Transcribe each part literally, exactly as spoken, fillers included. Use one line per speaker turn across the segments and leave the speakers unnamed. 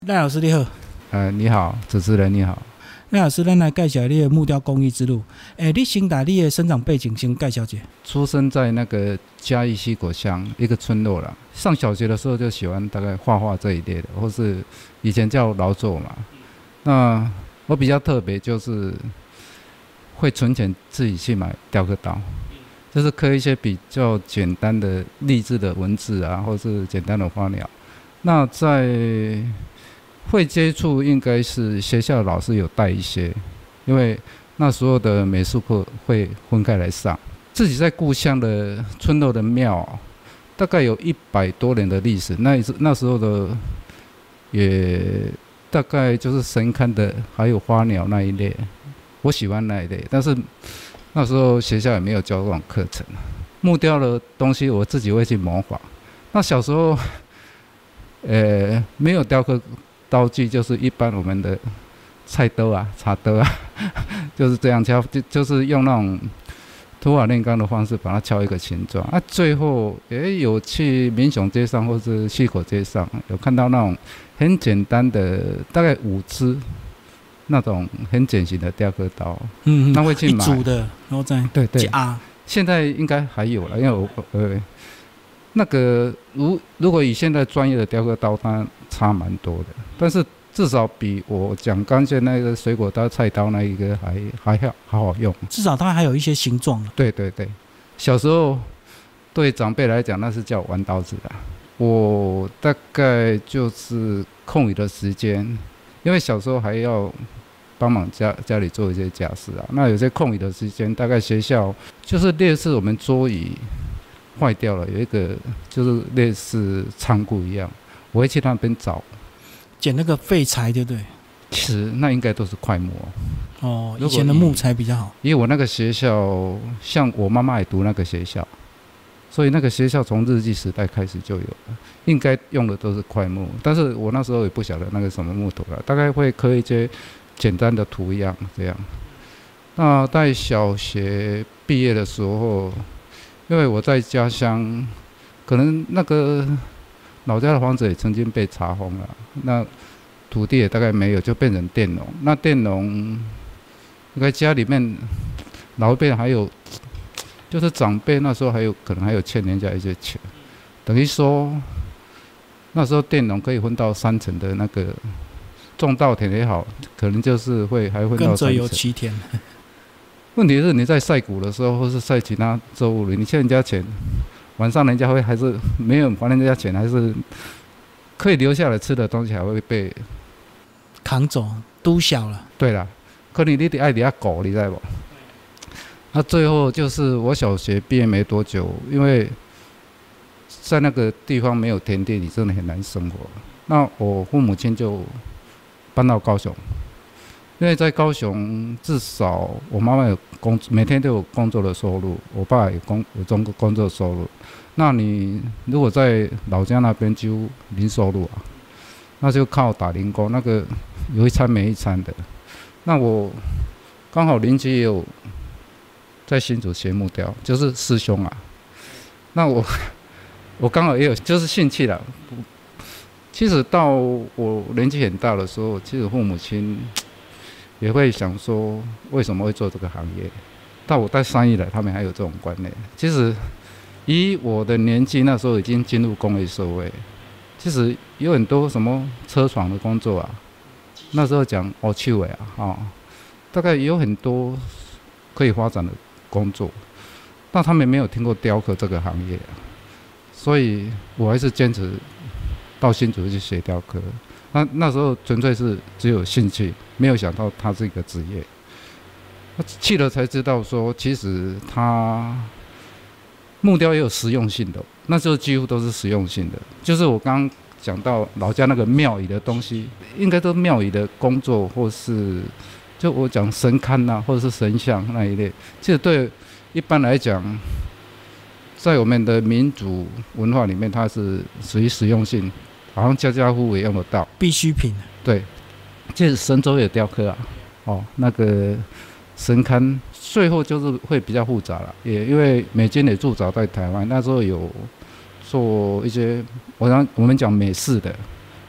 赖老师你好。
呃，你好，主持人你好。
赖老师，咱来介绍你的木雕工艺之路。诶，你先把你的生长背景先介绍一下。
出生在那个嘉义西果乡一个村落啦。上小学的时候就喜欢大概画画这一类的，或是以前叫劳作嘛。那我比较特别就是会存钱自己去买雕刻刀，就是刻一些比较简单的励志的文字啊，或是简单的花鸟。那在会接触应该是学校老师有带一些，因为那时候的美术课会分开来上。自己在故乡的村落的庙，大概有一百多年的历史。那那时候的也大概就是神龛的，还有花鸟那一类，我喜欢那一类。但是那时候学校也没有教这种课程。木雕的东西我自己会去模仿。那小时候，呃，没有雕刻刀具，就是一般我们的菜刀啊、茶刀啊，就是这样敲，就就是用那种土法炼钢的方式把它敲一个形状。啊，最后也有去民雄街上或是溪口街上，有看到那种很简单的，大概五支那种很简型的雕刻刀，
嗯，
那会去买
一组的，然后再
对对
啊，
现在应该还有了，因为我呃。那个如如果以现在专业的雕刻刀，它差蛮多的，但是至少比我讲刚才那个水果刀、菜刀那一个还还要好好用。
至少它还有一些形状。
对对对，小时候对长辈来讲那是叫玩刀子的。我大概就是空余的时间，因为小时候还要帮忙家家里做一些家事啊，那有些空余的时间，大概学校就是类似我们桌椅坏掉了，有一个就是类似仓库一样，我会去那边找，
捡那个废材，对不对？
其实那应该都是块木
哦，以前的木材比较好。
因为我那个学校，像我妈妈也读那个学校，所以那个学校从日据时代开始就有了，应该用的都是块木。但是我那时候也不晓得那个什么木头了，大概会刻一些简单的图样这样。那在小学毕业的时候，因为我在家乡，可能那个老家的房子也曾经被查封了，那土地也大概没有，就变成佃农。那佃农应该家里面老一辈还有，就是长辈那时候还有可能还有欠人家一些钱，等于说那时候佃农可以分到三成的那个种稻田也好，可能就是会还分到三成。
跟着有七天。
问题是你在晒谷的时候，或是晒其他作物里，你欠人家钱，晚上人家会还是没有还人家钱，还是可以留下来吃的东西，还会被
扛走，都小了。
对啦，可能你得爱你下狗，你知道不？那最后就是我小学毕业没多久，因为在那个地方没有田地，你真的很难生活。那我父母亲就搬到高雄。因为在高雄，至少我妈妈有工，每天都有工作的收入，我爸也工有工工作收入。那你如果在老家那边就零收入啊，那就靠打零工，那个有一餐没一餐的。那我刚好邻居也有在新竹学木雕，就是师兄啊。那我我刚好也有就是兴趣了。其实到我年纪很大的时候，其实父母亲也会想说为什么会做这个行业。到我带生意了，他们还有这种观念。其实以我的年纪，那时候已经进入工业社会，其实有很多什么车床的工作啊，那时候讲哦趣味啊，哦，大概有很多可以发展的工作，但他们没有听过雕刻这个行业啊，所以我还是坚持到新竹去学雕刻。那那时候纯粹是只有兴趣，没有想到它是一个职业。去了才知道说，其实它木雕也有实用性的，那时候几乎都是实用性的。就是我刚刚讲到老家那个庙宇的东西，应该都庙宇的工作，或是就我讲神龛啊，或者是神像那一类。其实对一般来讲，在我们的民族文化里面，它是属于实用性。好像家家户户也用得到，
必需品。
对，其实神州也雕刻啊，哦，那个神龛，最后就是会比较复杂了，也因为美军也驻扎在台湾，那时候有做一些，我让我们讲美式的，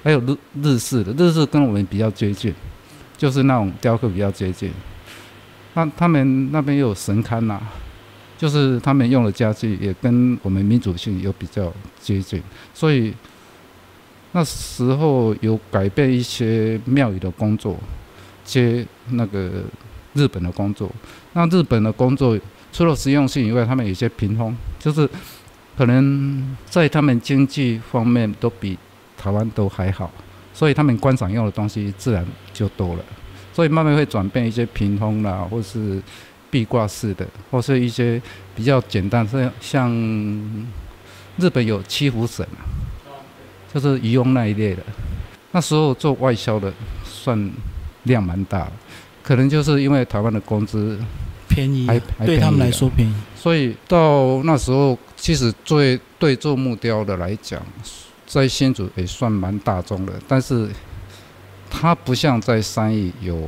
还有日日式的，日式跟我们比较接近，就是那种雕刻比较接近。那他们那边又有神龛呐、啊，就是他们用的家具也跟我们民族性有比较接近，所以那时候有改变一些庙宇的工作，接那个日本的工作。那日本的工作除了实用性以外，他们有一些屏风，就是可能在他们经济方面都比台湾都还好，所以他们观赏用的东西自然就多了。所以慢慢会转变一些屏风啦，或是壁挂式的，或是一些比较简单，像日本有七福神啊，就是渔翁那一类的。那时候做外销的算量蛮大的，可能就是因为台湾的工资
便宜，
还还
对他们来说便宜，
所以到那时候，其实对对做木雕的来讲，在新竹也算蛮大众的，但是它不像在三义有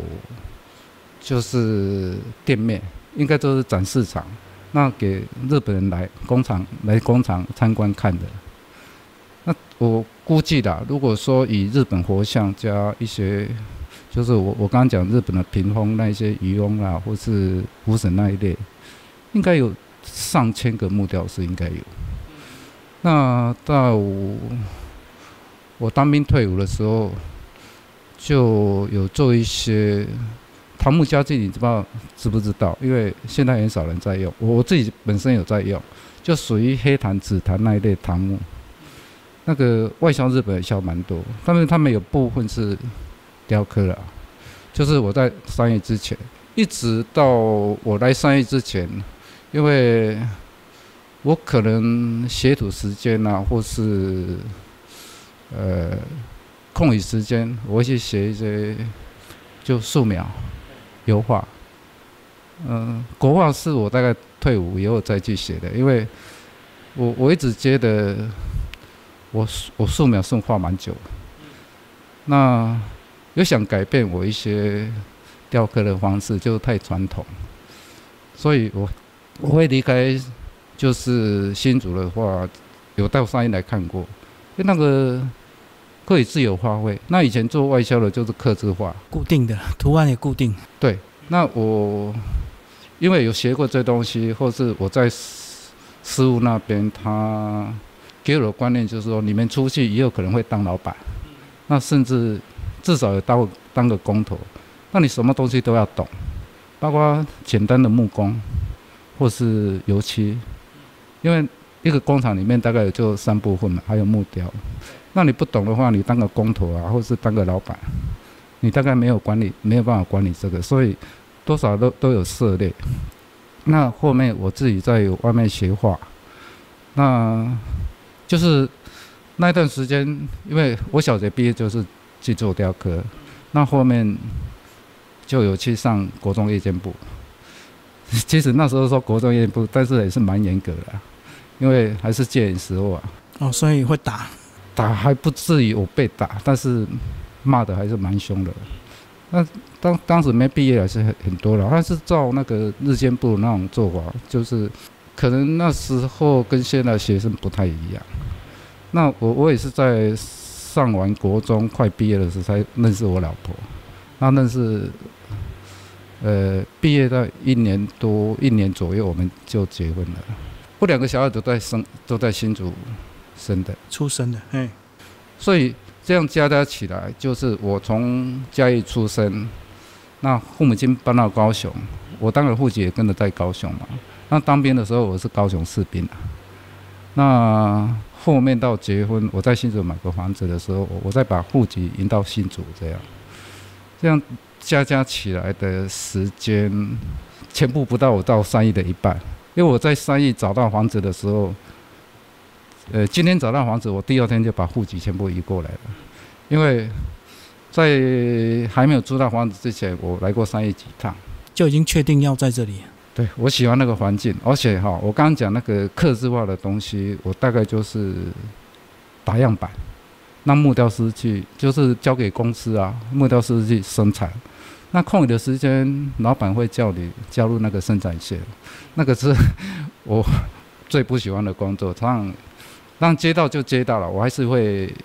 就是店面，应该都是展示场，那给日本人来工厂来工厂参观看的。那我估计啦，如果说以日本佛像加一些，就是我我刚刚讲日本的屏风那一些渔翁啊，或是福神那一类，应该有上千个木雕师，应该有。那到我当兵退伍的时候，就有做一些桃木家具，你知道知不知道？因为现在很少人在用，我自己本身有在用，就属于黑檀、紫檀那一类檀木。那个外销日本也销蛮多，但是他们有部分是雕刻啦。就是我在三义之前，一直到我来三义之前，因为我可能学徒时间啊，或是呃空余时间，我会去学一些就素描、油画。嗯、呃，国画是我大概退伍以后再去学的，因为我我一直觉得我我素描是画蛮久的，那有想改变我一些雕刻的方式，就太传统，所以我我会离开，就是新竹的话，有到三义来看过，因为那个可以自由发挥。那以前做外销的就是客制化，
固定的图案也固定。
对，那我因为有学过这东西，或是我在师傅那边，他给我的观念就是说，你们出去以后可能会当老板，那甚至至少有当当个工头，那你什么东西都要懂，包括简单的木工或是油漆，因为一个工厂里面大概也就三部分嘛，还有木雕。那你不懂的话，你当个工头啊，或是当个老板，你大概没有管理，没有办法管理这个，所以多少都都有涉猎。那后面我自己在外面学画，那就是那一段时间，因为我小学毕业就是去做雕刻，那后面就有去上国中夜间部。其实那时候说国中夜间部，但是也是蛮严格的、啊，因为还是戒严时候啊。
哦，所以会打，
打还不至于我被打，但是骂的还是蛮凶的。那当当时没毕业还是很很多了，但是照那个日间部那种做法，就是可能那时候跟现在学生不太一样。那我我也是在上完国中快毕业的时候才认识我老婆，那认识，呃，毕业到一年多一年左右我们就结婚了。我两个小孩都在生都在新竹生的，
出生的，嘿，
所以这样加加起来，就是我从嘉义出生，那父母亲搬到高雄，我当然户籍也跟着在高雄嘛。那当兵的时候我是高雄士兵啊，那后面到结婚，我在新竹买个房子的时候，我再把户籍移到新竹，这样，这样加加起来的时间，全部不到我到三义的一半。因为我在三义找到房子的时候，呃，今天找到房子，我第二天就把户籍全部移过来了。因为在还没有租到房子之前，我来过三义几趟，
就已经确定要在这里。
对，我喜欢那个环境，而且哈，我刚刚讲那个客制化的东西，我大概就是打样板，让木雕师去，就是交给公司啊，木雕师去生产。那空余的时间，老板会叫你加入那个生产线，那个是我最不喜欢的工作。常常让接到就接到了，我还是会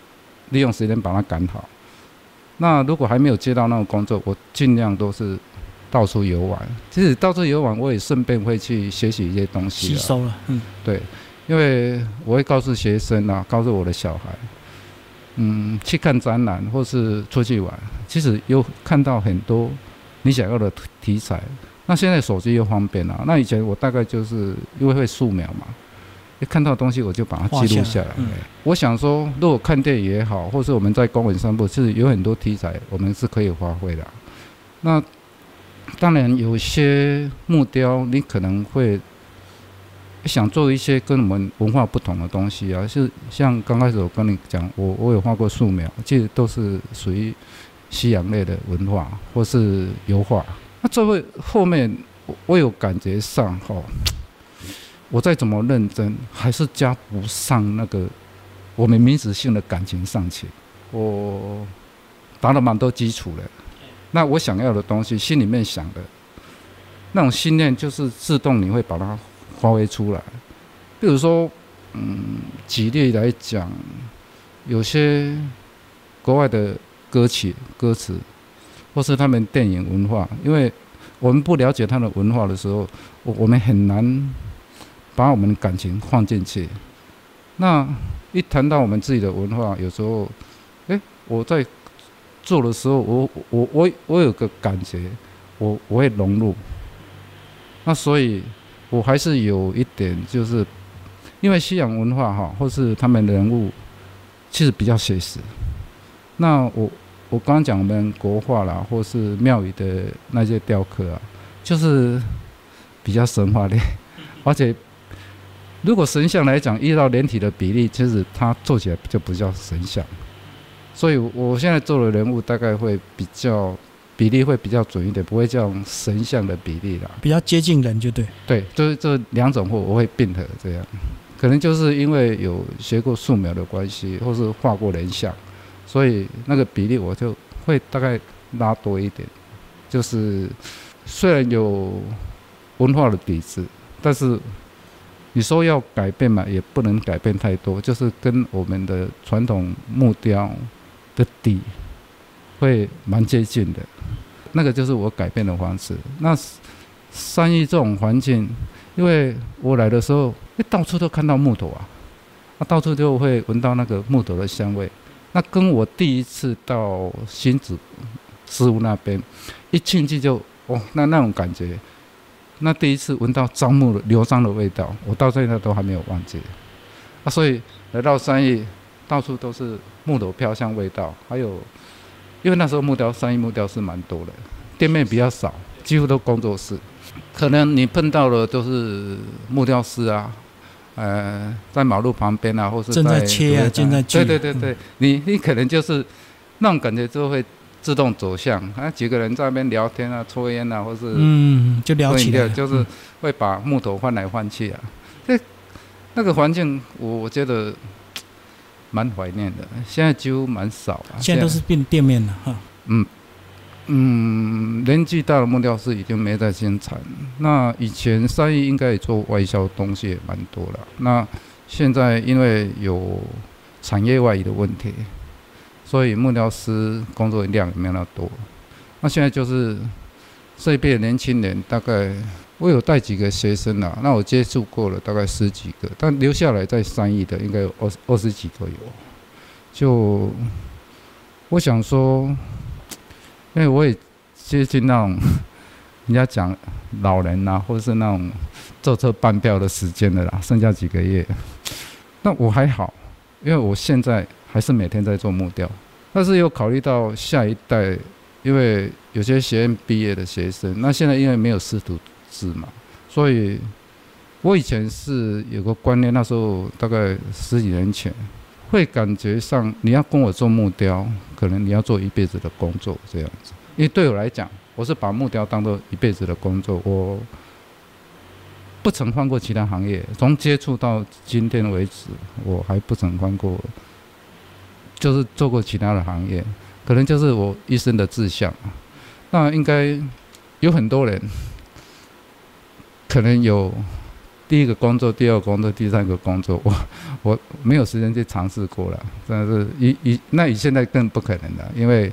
利用时间把它赶好。那如果还没有接到那个工作，我尽量都是到处游玩。其实到处游玩，我也顺便会去学习一些东西，
吸收了。嗯，
对，因为我会告诉学生啊，告诉我的小孩，嗯，去看展览或是出去玩，其实有看到很多你想要的题材。那现在手机又方便啊，那以前我大概就是因为会素描嘛。一看到东西我就把它记录下来。嗯、我想说，如果看电影也好，或是我们在公园散步，其实有很多题材我们是可以发挥的。那当然有些木雕，你可能会想做一些跟我们文化不同的东西啊，是像刚开始我跟你讲，我我有画过素描，其实都是属于西洋类的文化或是油画。那这位后面我有感觉上哈。我再怎么认真，还是加不上那个我们民族性的感情上去。我打了蛮多基础了，那我想要的东西，心里面想的那种信念，就是自动你会把它发挥出来。比如说，嗯，举例来讲，有些国外的歌曲、歌词，或是他们电影文化，因为我们不了解他的文化的时候，我我们很难把我们的感情放进去。那一谈到我们自己的文化，有时候，哎，我在做的时候，我我我我有个感觉，我我会融入。那所以，我还是有一点，就是因为西洋文化哈，或是他们的人物，其实比较写实。那我我刚刚讲我们国画啦，或是庙宇的那些雕刻啊，就是比较神话类，而且。如果神像来讲，依照人体的比例，其实它做起来就不叫神像。所以我现在做的人物大概会比较比例会比较准一点，不会叫神像的比例啦，
比较接近人就对。
对，就是这两种货我会并合这样。可能就是因为有学过素描的关系，或是画过人像，所以那个比例我就会大概拉多一点。就是虽然有文化的底子，但是你说要改变嘛，也不能改变太多，就是跟我们的传统木雕的底会蛮接近的，那个就是我改变的方式。那三义这种环境，因为我来的时候，到处都看到木头啊，啊，到处就会闻到那个木头的香味。那跟我第一次到新竹师傅那边一进去就，哦，那那种感觉。那第一次闻到樟木的流樟的味道，我到现在都还没有忘记。啊，所以来到三义，到处都是木头飘香味道，还有，因为那时候木雕三义木雕是蛮多的，店面比较少，几乎都工作室。可能你碰到的都是木雕师啊，呃，在马路旁边啊，或是在
正在切啊，正在锯。
对对对对，嗯、你你可能就是那种感觉就会。自动走向啊，几个人在那边聊天啊、抽烟啊，或是
嗯，就聊起来，
就是会把木头换来换去啊。这那个环境，我我觉得蛮怀念的。现在几乎蛮少了，
现在都是变店面了哈。
嗯嗯，年纪大的木雕师已经没在生产。那以前三义应该也做外销东西也蛮多了。那现在因为有产业外移的问题。所以木雕师工作量也没有那么多。那现在就是这一辈的年轻人，大概我有带几个学生啦，那我接触过了大概十几个，但留下来在三义的应该有二二十几个有。就我想说，因为我也接近那种人家讲老人啊，或者是那种坐车办票的时间的啦，剩下几个月。那我还好，因为我现在。还是每天在做木雕，但是有考虑到下一代，因为有些学院毕业的学生，那现在因为没有师徒制嘛，所以我以前是有个观念，那时候大概十几年前，会感觉上你要跟我做木雕，可能你要做一辈子的工作这样子。因为对我来讲，我是把木雕当做一辈子的工作，我不曾换过其他行业，从接触到今天为止，我还不曾换过。就是做过其他的行业，可能就是我一生的志向。那应该有很多人，可能有第一个工作、第二个工作、第三个工作，我我没有时间去尝试过了，真的是以以那以现在更不可能了，因为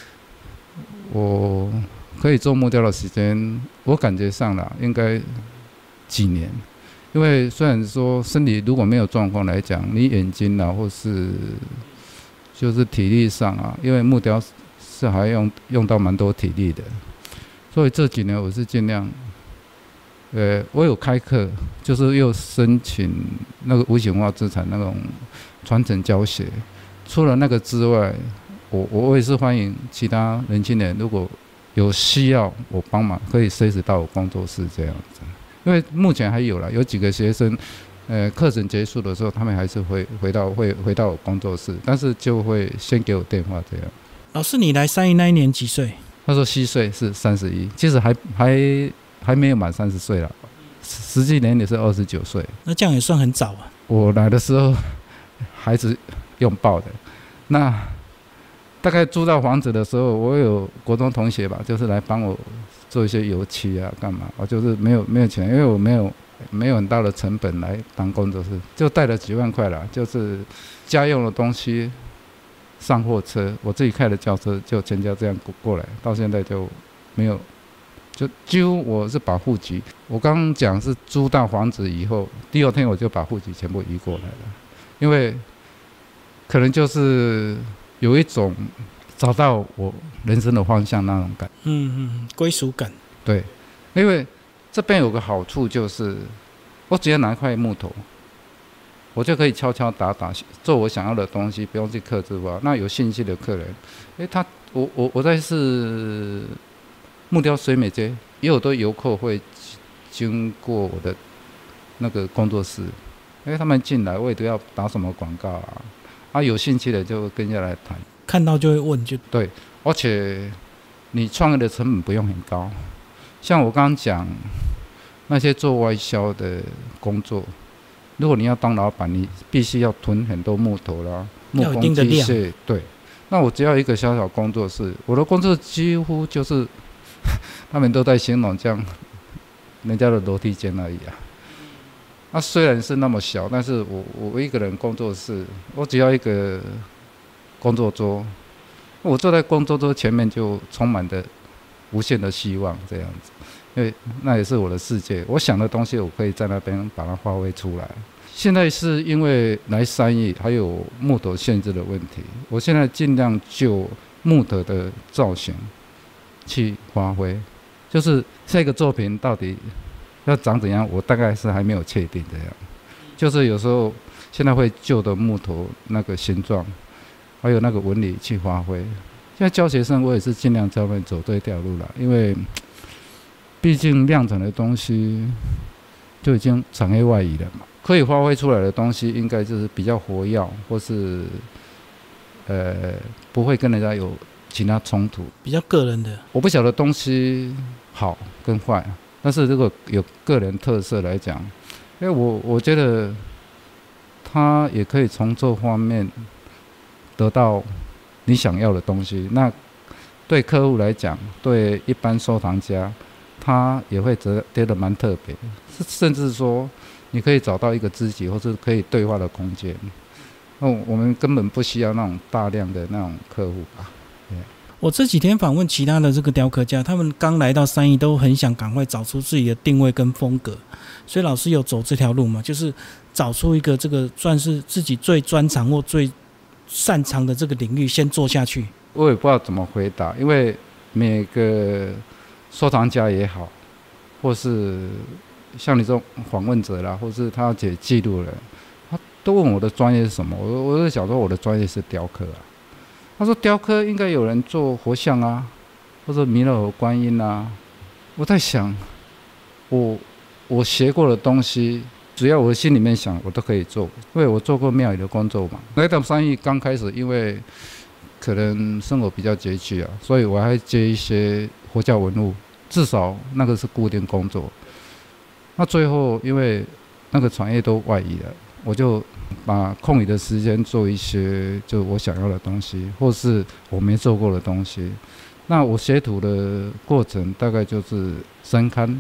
我可以做木雕的时间，我感觉上了应该几年。因为虽然说身体如果没有状况来讲，你眼睛啊，或是就是体力上啊，因为木雕是还用用到蛮多体力的，所以这几年我是尽量，呃，我有开课，就是又申请那个无形文化资产那种传承教学。除了那个之外，我我也是欢迎其他年轻人，如果有需要我帮忙，可以随时到我工作室这样子。因为目前还有啦，有几个学生，呃，课程结束的时候，他们还是会回到会回到我工作室，但是就会先给我电话这样。
老师，你来三一那一年几岁？
他说虚岁是三十一，其实还还还没有满三十岁了，实际年龄是二十九岁。
那这样也算很早啊。
我来的时候，孩子用抱的，那大概租到房子的时候，我有国中同学吧，就是来帮我做一些油漆啊，干嘛？我就是没有没有钱，因为我没有没有很大的成本来当工作室，就带了几万块啦，就是家用的东西上货车，我自己开的轿车就全家这样过来，到现在就没有，就几乎我是把户籍，我刚刚讲是租到房子以后，第二天我就把户籍全部移过来了，因为可能就是有一种找到我人生的方向那种感，
嗯嗯，归属感。
对，因为这边有个好处就是，我只要拿一块木头，我就可以敲敲打打做我想要的东西，不用去客制化。那有兴趣的客人，哎，他我我我在是木雕水美街，也有的游客会经过我的那个工作室，哎，他们进来我也都要打什么广告啊，啊，有兴趣的就跟下来谈。
看到就会问就，就
对，而且你创业的成本不用很高，像我刚刚讲那些做外销的工作，如果你要当老板，你必须要囤很多木头啦、木工机械，对。那我只要一个小小工作室，我的工作几乎就是他们都在形容这样人家的楼梯间而已啊。那、啊、虽然是那么小，但是我我一个人工作室，我只要一个工作桌，我坐在工作桌前面就充满着无限的希望，这样子，因为那也是我的世界，我想的东西我可以在那边把它发挥出来。现在是因为来三义还有木头限制的问题，我现在尽量就木头的造型去发挥，就是下一个作品到底要长怎样，我大概是还没有确定这样。就是有时候现在会就的木头那个形状，还有那个纹理去发挥。现在教学生我也是尽量教他们走这条路了，因为毕竟量产的东西就已经产业外移了嘛，可以发挥出来的东西应该就是比较活跃，或是呃不会跟人家有其他冲突，
比较个人的。
我不晓得东西好跟坏，但是如果有个人特色来讲，因为我我觉得他也可以从这方面得到你想要的东西。那对客户来讲，对一般收藏家，他也会觉得蛮特别，甚至说你可以找到一个知己或是可以对话的空间。那我们根本不需要那种大量的那种客户吧。
我这几天访问其他的这个雕刻家，他们刚来到三义都很想赶快找出自己的定位跟风格，所以老师有走这条路嘛，就是找出一个这个算是自己最专长或最擅长的这个领域先做下去。
我也不知道怎么回答，因为每个收藏家也好，或是像你这种访问者啦，或是他要写记录人，他都问我的专业是什么，我我就想说我的专业是雕刻啊。他说雕刻应该有人做佛像啊，或者弥勒佛观音啊。我在想，我我学过的东西，只要我心里面想，我都可以做，因为我做过庙宇的工作嘛。来到三义刚开始，因为可能生活比较拮据啊，所以我还接一些佛教文物，至少那个是固定工作。那最后因为那个产业都外移了，我就把空余的时间做一些就我想要的东西，或是我没做过的东西。那我学徒的过程大概就是深勘，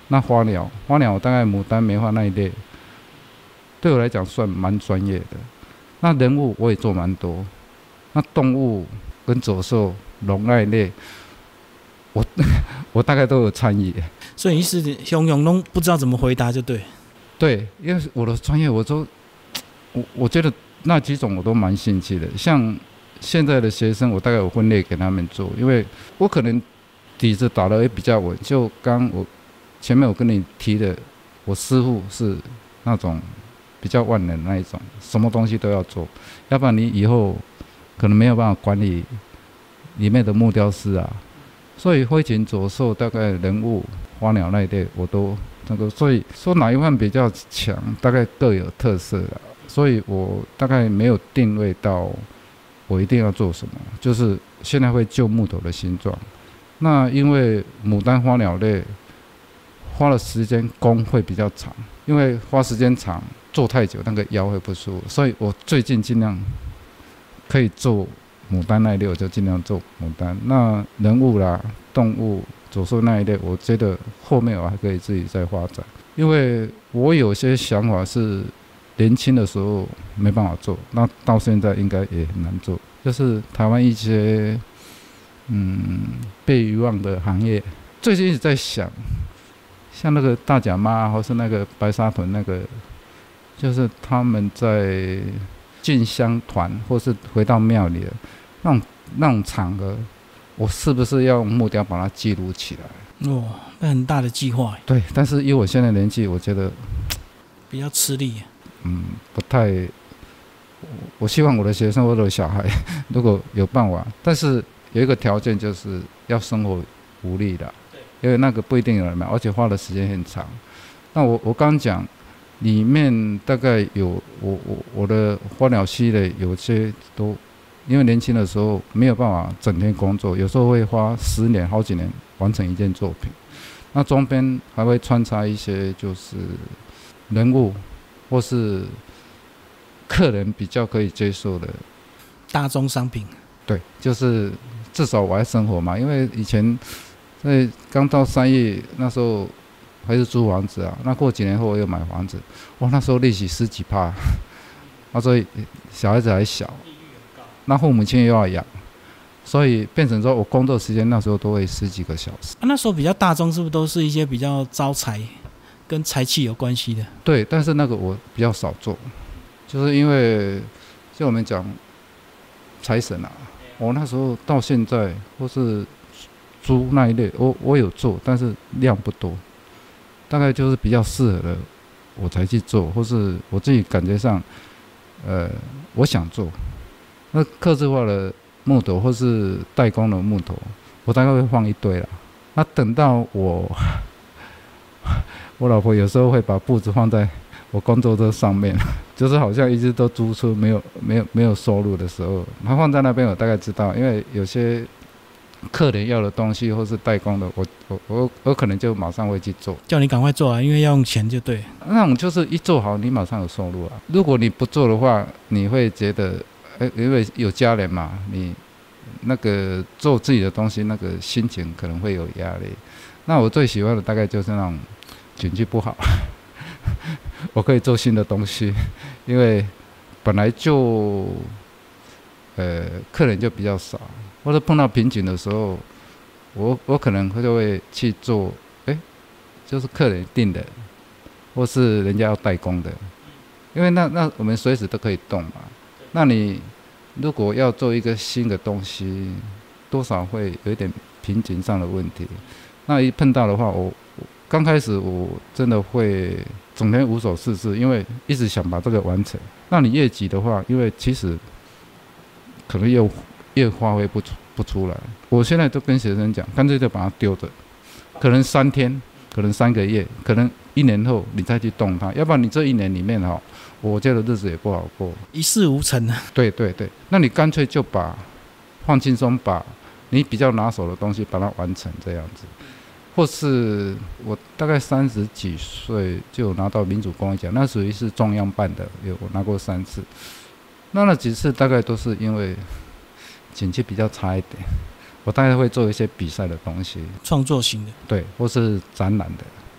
那花鸟，花鸟大概牡丹、梅花那一类，对我来讲算蛮专业的。那人物我也做蛮多，那动物跟走兽、龙那一类，我我大概都有参与。
所以意思熊熊都不知道怎么回答就对。
对，因为我的专业，我都我我觉得那几种我都蛮兴趣的。像现在的学生，我大概有分类给他们做，因为我可能底子打得也比较稳。就刚我前面我跟你提的，我师傅是那种比较万能那一种，什么东西都要做，要不然你以后可能没有办法管理里面的木雕师啊。所以飞禽走兽大概人物、花鸟那一类我都那个，所以说哪一块比较强，大概各有特色啦。所以我大概没有定位到我一定要做什么，就是现在会救木头的形状。那因为牡丹花鸟类花的时间工会比较长，因为花时间长做太久那个腰会不舒服，所以我最近尽量可以做牡丹那一类，我就尽量做牡丹。那人物啦、动物、走兽那一类，我觉得后面我还可以自己再发展，因为我有些想法是年轻的时候没办法做，那到现在应该也很难做。就是台湾一些嗯被遗忘的行业，最近一直在想，像那个大甲妈或是那个白沙屯那个，就是他们在进香团或是回到庙里的那种那种场合，我是不是要用木雕把它记录起来？
哦，那很大的计划。
对，但是以我现在年纪，我觉得
比较吃力。
嗯，不太。我希望我的学生或者小孩如果有办法，但是有一个条件就是要生活无力的，因为那个不一定有人买，而且花的时间很长。那我我刚讲里面大概有我我我的花鸟系列有些都因为年轻的时候没有办法整天工作，有时候会花十年好几年完成一件作品。那中间还会穿插一些就是人物或是客人比较可以接受的
大宗商品。
对，就是至少我还生活嘛，因为以前在刚到三义那时候还是租房子啊，那过几年后我又买房子，哇，那时候利息十几趴，那所以小孩子还小，那父母亲又要养，所以变成说我工作时间那时候都会十几个小时。
啊，那时候比较大宗是不是都是一些比较招财跟财气有关系的？
对，但是那个我比较少做，就是因为像我们讲财神啊，我那时候到现在或是猪那一类，我我有做，但是量不多，大概就是比较适合的我才去做，或是我自己感觉上，呃，我想做。那客制化的木头或是代工的木头，我大概会放一堆啦。那等到我，我老婆有时候会把布子放在我工作车上面，就是好像一直都租出没有没有没有收入的时候，她放在那边，我大概知道，因为有些客人要的东西或是代工的，我我我我可能就马上会去做，
叫你赶快做啊，因为要用钱就对。
那种就是一做好，你马上有收入啊。如果你不做的话，你会觉得，哎，因为有家人嘛，你那个做自己的东西，那个心情可能会有压力。那我最喜欢的大概就是那种景气不好，我可以做新的东西，因为本来就呃客人就比较少。或者碰到瓶颈的时候，我我可能就会去做，哎，就是客人定的，或是人家要代工的，因为那那我们随时都可以动嘛。那你如果要做一个新的东西，多少会有一点瓶颈上的问题。那一碰到的话，我刚开始我真的会整天无所事事，因为一直想把这个完成。那你越急的话，因为其实可能又越发挥不出不出来。我现在都跟学生讲，干脆就把它丢着，可能三天，可能三个月，可能一年后你再去动它，要不然你这一年里面哈，我觉得日子也不好过，
一事无成啊。
对对对，那你干脆就把放轻松，把你比较拿手的东西把它完成这样子。或是我大概三十几岁就有拿到民主公益奖，那属于是中央办的，有我拿过三次。那那几次大概都是因为景气比较差一点，我大概会做一些比赛的东西，
创作型的，
对，或是展览的。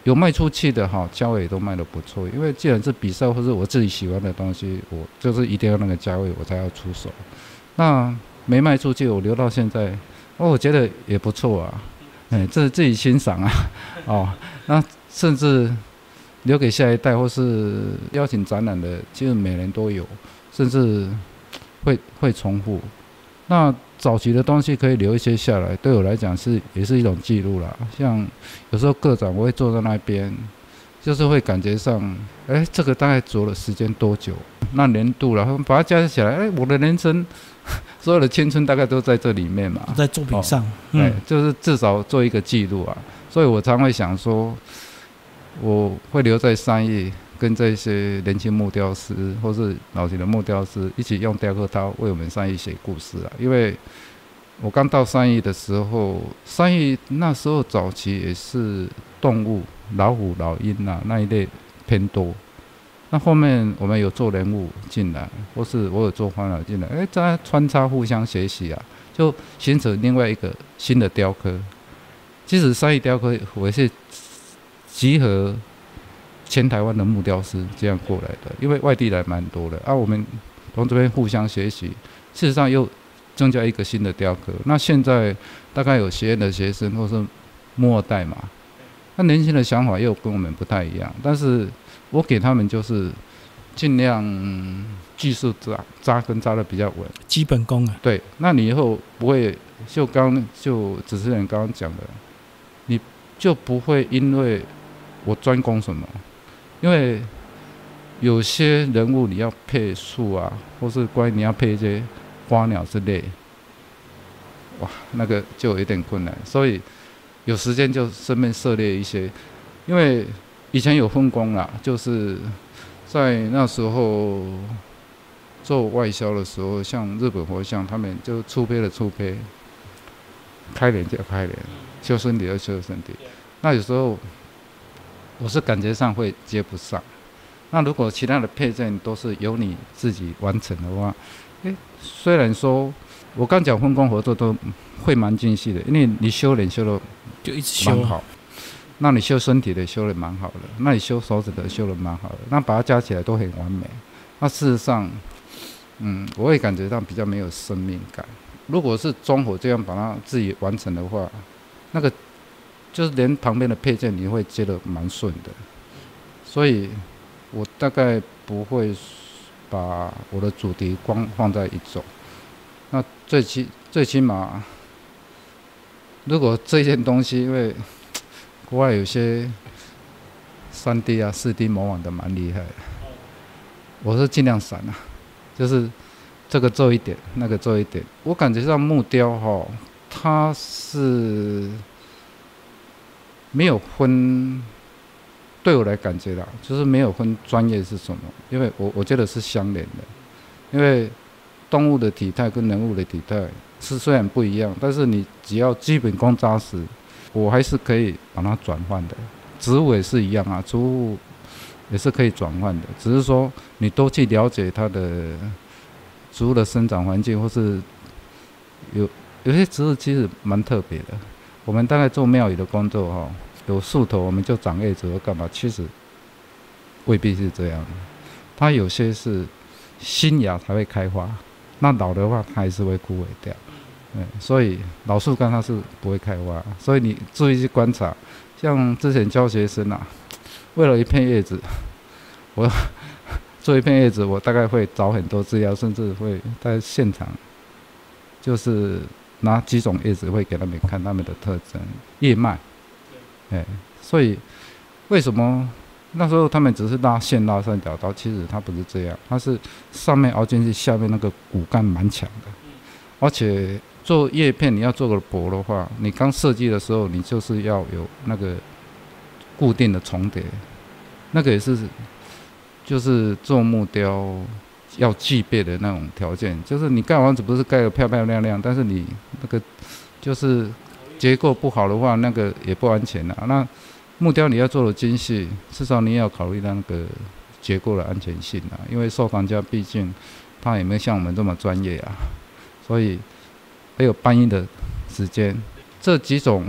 有卖出去的哈，价位也都卖得不错。因为既然是比赛或是我自己喜欢的东西，我就是一定要那个价位我才要出手。那没卖出去，我留到现在，哦，我觉得也不错啊。哎，这自己欣赏啊，哦，那甚至留给下一代，或是邀请展览的，其实每年都有，甚至会会重复。那早期的东西可以留一些下来，对我来讲是也是一种记录啦。像有时候个展我会坐在那边，就是会感觉上，哎，这个大概做了时间多久？那年度然后把它加起来，哎，我的人生所有的青春大概都在这里面嘛，
在作品上，
哦、
嗯，
哎，就是至少做一个记录啊。所以我常会想说，我会留在三义。跟这些年轻木雕师或是老型的木雕师一起用雕刻刀为我们三义写故事啊！因为我刚到三义的时候，三义那时候早期也是动物，老虎、老鹰啊那一类偏多。那后面我们有做人物进来，或是我有做花鸟进来，哎，大家穿插互相学习啊，就形成另外一个新的雕刻。其实三义雕刻我也是集合全台湾的木雕师这样过来的，因为外地来蛮多的啊，我们从这边互相学习，事实上又增加一个新的雕刻。那现在大概有学院的学生或是木二代嘛，那年轻的想法又跟我们不太一样，但是我给他们就是尽量技术扎扎根扎得比较稳，
基本功啊。
对，那你以后不会就刚就主持人刚刚讲的，你就不会因为我专攻什么。因为有些人物你要配树啊，或是关于你要配一些花鸟之类，哇，那个就有一点困难。所以有时间就顺便涉猎一些，因为以前有分工啦，就是在那时候做外销的时候，像日本佛像，他们就粗胚的粗胚，开脸就开脸，修身体就修身体。那有时候我是感觉上会接不上。那如果其他的配件都是由你自己完成的话，诶，虽然说我刚讲分工合作都会蛮精细的，因为你修脸修的
就一直修
蛮好，那你修身体的修的蛮好的，那你修手指的修的蛮好的，那把它加起来都很完美。那事实上，嗯，我会感觉到比较没有生命感。如果是中火这样把它自己完成的话，那个就是连旁边的配件你会接得蛮顺的，所以我大概不会把我的主题光放在一种。那最起最起码，如果这件东西，因为国外有些三 D 啊、四 D 模仿的蛮厉害的，我是尽量闪啊，就是这个做一点，那个做一点。我感觉上木雕哈，它是没有分，对我来感觉啦，就是没有分专业是什么，因为我我觉得是相连的，因为动物的体态跟人物的体态是虽然不一样，但是你只要基本功扎实，我还是可以把它转换的。植物也是一样啊，植物也是可以转换的，只是说你多去了解它的植物的生长环境，或是有有些植物其实蛮特别的。我们大概做庙宇的工作哈，有树头我们就长叶子或干嘛，其实未必是这样。它有些是新芽才会开花，那老的话它还是会枯萎掉。对，所以老树干它是不会开花，所以你注意去观察。像之前教学生啊，为了一片叶子，我做一片叶子，我大概会找很多资料，甚至会在现场就是拿几种叶子会给他们看他们的特征、叶脉。哎，所以为什么那时候他们只是拉线拉三角刀，其实它不是这样，它是上面凹进去，下面那个骨干蛮强的，而且做叶片你要做个薄的话，你刚设计的时候你就是要有那个固定的重叠，那个也是就是做木雕要具备的那种条件，就是你盖房子不是盖得漂漂亮亮，但是你那个就是结构不好的话，那个也不安全啊。那木雕你要做的精细，至少你也要考虑到那个结构的安全性啊，因为收藏家毕竟他也没有像我们这么专业啊，所以还有搬运的时间，这几种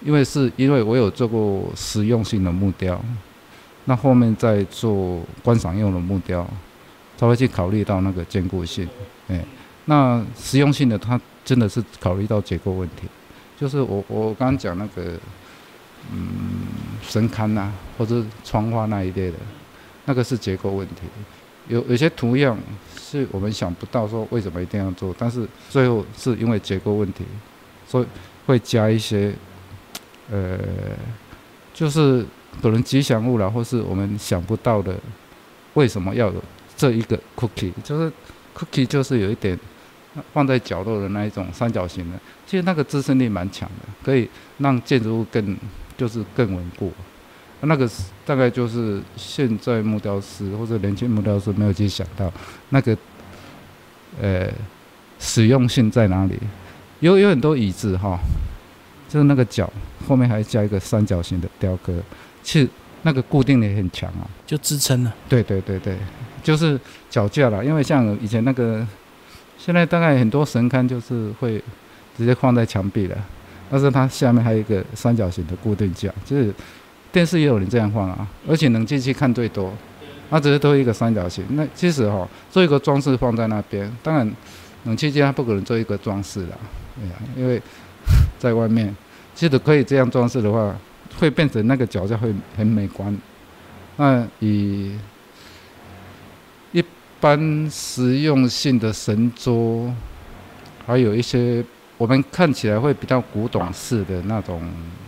因为是因为我有做过实用性的木雕，那后面再做观赏用的木雕，才会去考虑到那个坚固性。哎，那实用性的它真的是考虑到结构问题，就是我我刚刚讲那个嗯神龛呐、啊，或者窗花那一类的，那个是结构问题。有有些图样是我们想不到说为什么一定要做，但是最后是因为结构问题，所以会加一些呃，就是可能吉祥物啦，或是我们想不到的，为什么要有这一个 cookie？ 就是 cookie 就是有一点放在角落的那一种三角形的，其实那个支撑力蛮强的，可以让建筑物更就是更稳固。那个大概就是现在木雕师或者年轻木雕师没有去想到那个呃实用性在哪里。有有很多椅子哈，就是那个脚后面还加一个三角形的雕刻，其实那个固定力很强啊，
就支撑了。
对对对对，就是脚架啦。因为像以前那个，现在大概很多神龛就是会直接放在墙壁了，但是它下面还有一个三角形的固定架，就是电视也有人这样放啊，而且冷气机看最多，它只是都一个三角形。那其实哈，做一个装饰放在那边，当然冷气机它不可能做一个装饰啦，对啊，因为在外面，其实可以这样装饰的话，会变成那个脚架会很美观。那以一般实用性的神桌，还有一些我们看起来会比较古董式的那种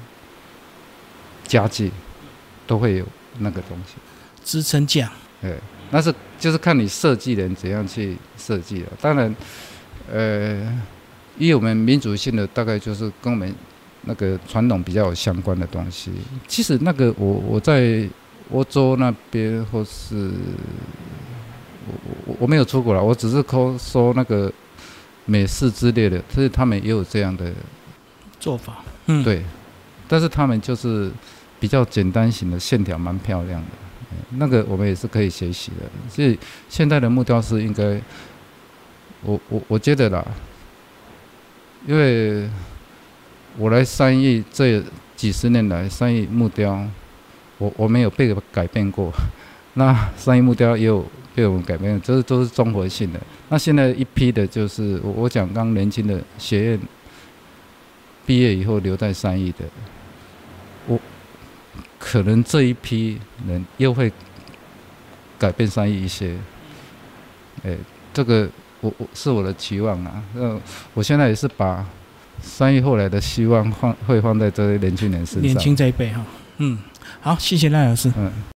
家具，都会有那个东西，
支撑架。
对，那是就是看你设计人怎样去设计了。当然，呃，以我们民族性的，大概就是跟我们那个传统比较有相关的东西。其实那个我我在欧洲那边，或是我我我没有出国了，我只是抠说那个美式之类的，所以他们也有这样的
做法。嗯，
对，但是他们就是比较简单型的，线条蛮漂亮的，那个我们也是可以学习的。所以现在的木雕师应该，我我我觉得啦，因为我来三义这几十年来，三义木雕，我我没有被改变过。那三义木雕也有被我们改变，这都是综合性的。那现在一批的就是我我讲刚年轻的学院毕业以后留在三义的，我可能这一批人又会改变三义一些。哎，这个我我是我的期望啊。那我现在也是把三义后来的希望放会放在这些年轻人身上，
年轻这一辈哈。嗯，好，谢谢赖老师。
嗯。